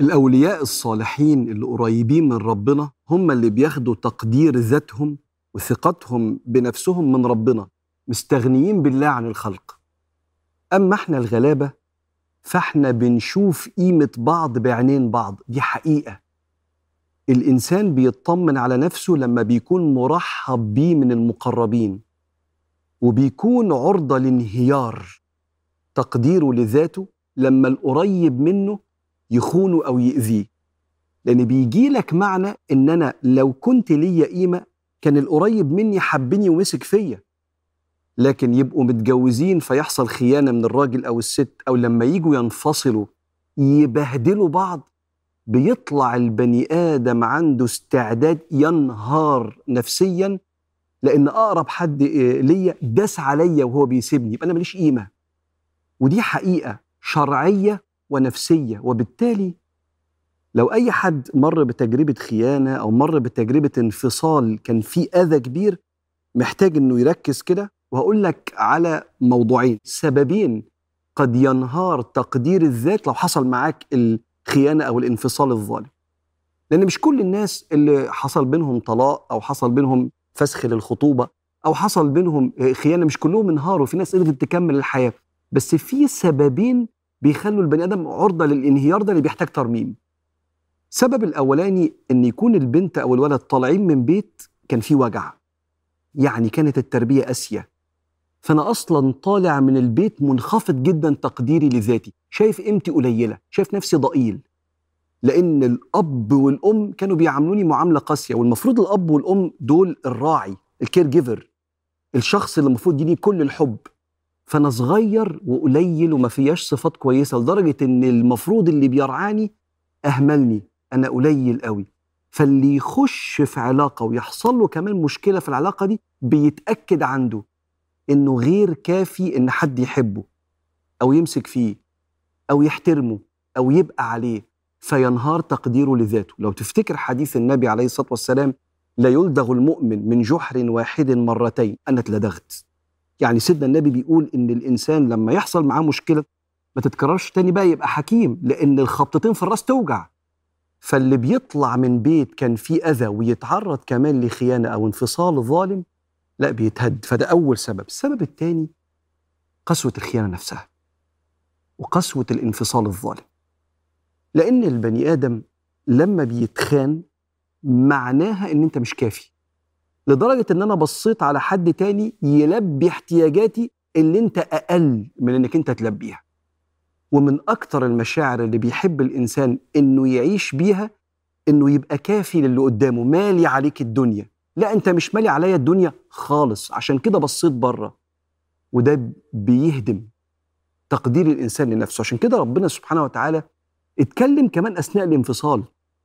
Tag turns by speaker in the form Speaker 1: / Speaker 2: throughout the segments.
Speaker 1: الأولياء الصالحين اللي قريبين من ربنا هم اللي بياخدوا تقدير ذاتهم وثقتهم بنفسهم من ربنا، مستغنيين بالله عن الخلق. أما احنا الغلابة فاحنا بنشوف قيمة بعض بعينين بعض، دي حقيقة. الإنسان بيطمن على نفسه لما بيكون مرحب بيه من المقربين، وبيكون عرضة لانهيار تقديره لذاته لما القريب منه يخونه أو يؤذيه. لأن بيجي لك معنى إن أنا لو كنت ليا قيمة كان القريب مني حبني ومسك فيا. لكن يبقوا متجوزين فيحصل خيانة من الراجل أو الست، أو لما يجوا ينفصلوا يبهدلوا بعض، بيطلع البني آدم عنده استعداد ينهار نفسيا، لأن أقرب حد ليا داس عليا وهو بيسيبني، يبقى أنا ماليش قيمة. ودي حقيقة شرعية ونفسية. وبالتالي لو أي حد مر بتجربة خيانة أو مر بتجربة انفصال كان فيه أذى كبير، محتاج إنه يركز كده. وهقول لك على موضوعين، سببين قد ينهار تقدير الذات لو حصل معاك الخيانة أو الانفصال الظالم. لأن مش كل الناس اللي حصل بينهم طلاق أو حصل بينهم فسخ للخطوبة أو حصل بينهم خيانة مش كلهم انهاروا، في ناس قدرت تكمل الحياة. بس في سببين بيخلوا البني آدم عرضة للانهيار ده اللي بيحتاج ترميم. السبب الأولاني إن يكون البنت أو الولد طالعين من بيت كان فيه وجع، يعني كانت التربية قاسية، فأنا أصلاً طالع من البيت منخفض جداً تقديري لذاتي، شايف قيمتي قليلة، شايف نفسي ضئيل، لأن الأب والأم كانوا بيعاملوني معاملة قاسية. والمفروض الأب والأم دول الراعي، الكير جيفر، الشخص اللي المفروض يديني كل الحب. فأنا صغير وقليل وما فياش صفات كويسة، لدرجة إن المفروض اللي بيرعاني أهملني، أنا قليل قوي. فاللي يخش في علاقة ويحصل له كمان مشكلة في العلاقة دي، بيتأكد عنده إنه غير كافي إن حد يحبه أو يمسك فيه أو يحترمه أو يبقى عليه، فينهار تقديره لذاته. لو تفتكر حديث النبي عليه الصلاة والسلام: لا يلدغ المؤمن من جحر واحد مرتين، أنا اتلدغت. يعني سيدنا النبي بيقول إن الإنسان لما يحصل معاه مشكلة ما تتكررش تاني، بقى يبقى حكيم، لأن الخبطتين في الراس توجع. فاللي بيطلع من بيت كان فيه أذى ويتعرض كمان لخيانة أو انفصال ظالم، لا بيتهد. فده أول سبب. السبب الثاني قسوة الخيانة نفسها وقسوة الانفصال الظالم. لأن البني آدم لما بيتخان معناها إن أنت مش كافي، لدرجة إن أنا بصيت على حد تاني يلبي احتياجاتي اللي أنت أقل من إنك أنت تلبيها. ومن أكتر المشاعر اللي بيحب الإنسان إنه يعيش بيها إنه يبقى كافي للي قدامه، مالي عليك الدنيا. لا، أنت مش مالي عليا الدنيا خالص، عشان كده بصيت بره. وده بيهدم تقدير الإنسان لنفسه. عشان كده ربنا سبحانه وتعالى اتكلم كمان أثناء الانفصال.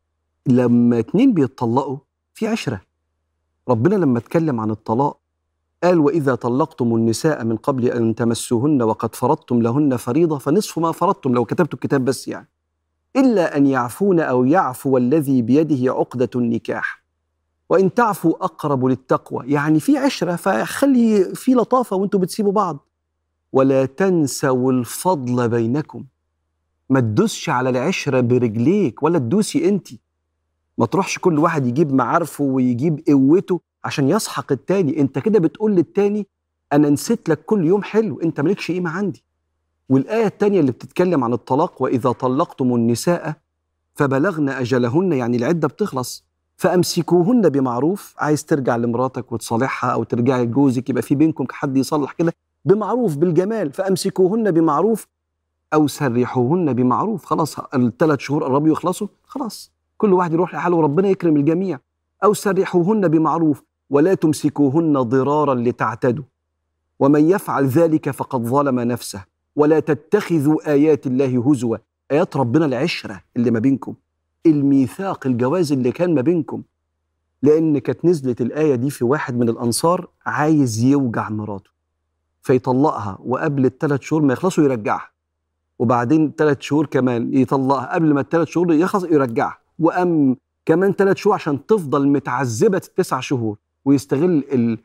Speaker 1: لما اتنين بيتطلقوا في عشرة. ربنا لما اتكلم عن الطلاق قال: وإذا طلقتم النساء من قبل أن تمسوهن وقد فرضتم لهن فريضة فنصف ما فرضتم، لو كتبتوا الكتاب بس يعني، إلا أن يعفون أو يعفو الذي بيده عقدة النكاح، وإن تعفوا أقرب للتقوى. يعني في عشرة، فخلي في لطافة وانتوا بتسيبوا بعض. ولا تنسوا الفضل بينكم، ما تدوسش على العشرة برجليك ولا تدوسي انتي. ما تروحش كل واحد يجيب معارفه ويجيب قوته عشان يسحق التاني. انت كده بتقول للتاني انا نسيت لك كل يوم حلو، انت مالكش قيمة عندي. والآية التانية اللي بتتكلم عن الطلاق: وإذا طلقتم النساء فبلغن أجلهن، يعني العدة بتخلص، فأمسكوهن بمعروف. عايز ترجع لمراتك وتصالحها أو ترجع لجوزك، يبقى في بينكم حد يصلح كده بمعروف بالجمال، فأمسكوهن بمعروف أو سرحوهن بمعروف. خلاص ال3 شهور قربوا يخلصوا، خلاص كل واحد يروح لحاله وربنا يكرم الجميع. أو سرحوهن بمعروف ولا تمسكوهن ضرارا لتعتدوا، ومن يفعل ذلك فقد ظلم نفسه. ولا تتخذوا آيات الله هزوا. آيات ربنا العشرة اللي ما بينكم، الميثاق، الجواز اللي كان ما بينكم. لأن كانت نزلت الآية دي في واحد من الأنصار عايز يوجع مراته فيطلقها، وقبل ال3 شهور ما يخلصوا يرجعها، وبعدين 3 شهور كمان يطلقها، قبل ما ال3 شهور يخلص يرجعها، وأم كمان 3 شهور عشان تفضل متعذبة 9 شهور، ويستغل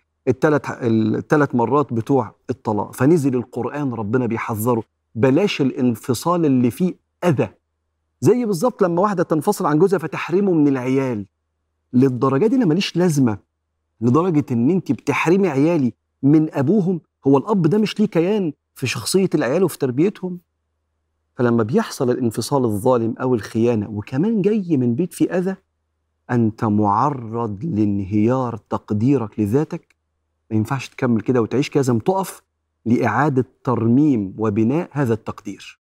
Speaker 1: الثلاث مرات بتوع الطلاق. فنزل القرآن ربنا بيحذره: بلاش الانفصال اللي فيه أذى، زي بالظبط لما واحده تنفصل عن جوزها فتحرمه من العيال. للدرجه دي انا ماليش لازمه، لدرجه ان انت بتحرمي عيالي من ابوهم؟ هو الاب ده مش ليه كيان في شخصيه العيال وفي تربيتهم؟ فلما بيحصل الانفصال الظالم او الخيانه وكمان جاي من بيت فيه اذى، انت معرض لانهيار تقديرك لذاتك. ما ينفعش تكمل كده وتعيش كده، لازم تقف لاعاده ترميم وبناء هذا التقدير.